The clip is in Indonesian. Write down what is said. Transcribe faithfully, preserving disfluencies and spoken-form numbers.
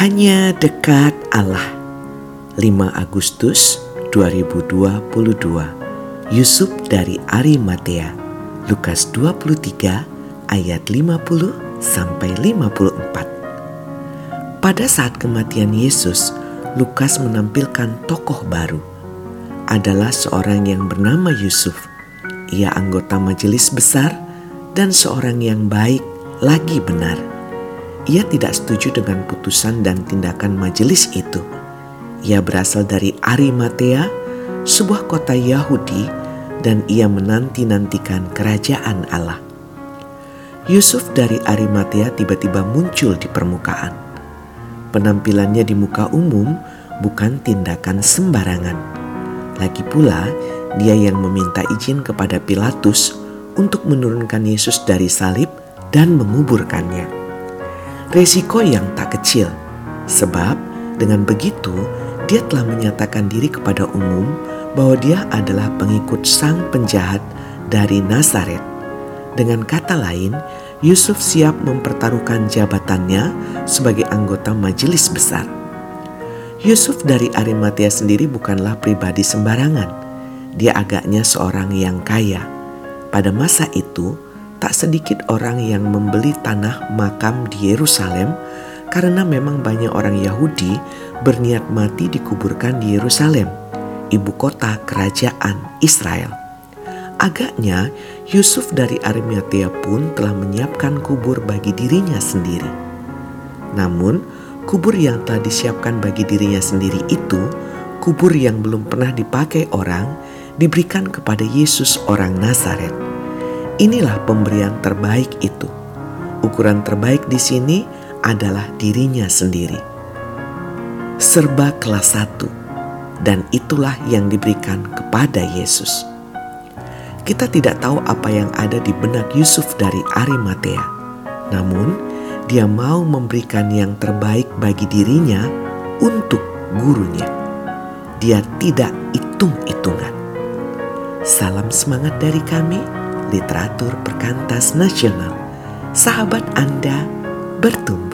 Hanya dekat Allah. lima Agustus dua ribu dua puluh dua. Yusuf dari Arimatea. Lukas dua puluh tiga ayat lima puluh sampai lima puluh empat. Pada saat kematian Yesus, Lukas menampilkan tokoh baru. Adalah seorang yang bernama Yusuf. Ia anggota majelis besar dan seorang yang baik lagi benar. Ia tidak setuju dengan putusan dan tindakan majelis itu. Ia berasal dari Arimatea, sebuah kota Yahudi, dan ia menanti-nantikan kerajaan Allah. Yusuf dari Arimatea tiba-tiba muncul di permukaan. Penampilannya di muka umum bukan tindakan sembarangan. Lagi pula, dia yang meminta izin kepada Pilatus untuk menurunkan Yesus dari salib dan menguburkannya. Resiko yang tak kecil, sebab dengan begitu dia telah menyatakan diri kepada umum bahwa dia adalah pengikut sang penjahat dari Nazaret. Dengan kata lain, Yusuf siap mempertaruhkan jabatannya sebagai anggota majelis besar. Yusuf dari Arimatea sendiri bukanlah pribadi sembarangan. Dia agaknya seorang yang kaya. Pada masa itu, tak sedikit orang yang membeli tanah makam di Yerusalem karena memang banyak orang Yahudi berniat mati dikuburkan di Yerusalem, ibu kota kerajaan Israel. Agaknya Yusuf dari Arimatea pun telah menyiapkan kubur bagi dirinya sendiri. Namun, kubur yang telah disiapkan bagi dirinya sendiri itu, kubur yang belum pernah dipakai orang, diberikan kepada Yesus orang Nazaret. Inilah pemberian terbaik itu. Ukuran terbaik di sini adalah dirinya sendiri. Serba kelas satu, dan itulah yang diberikan kepada Yesus. Kita tidak tahu apa yang ada di benak Yusuf dari Arimatea. Namun, dia mau memberikan yang terbaik bagi dirinya untuk gurunya. Dia tidak hitung-hitungan. Salam semangat dari kami, Literatur Perkantas Nasional. Sahabat Anda bertumbuh.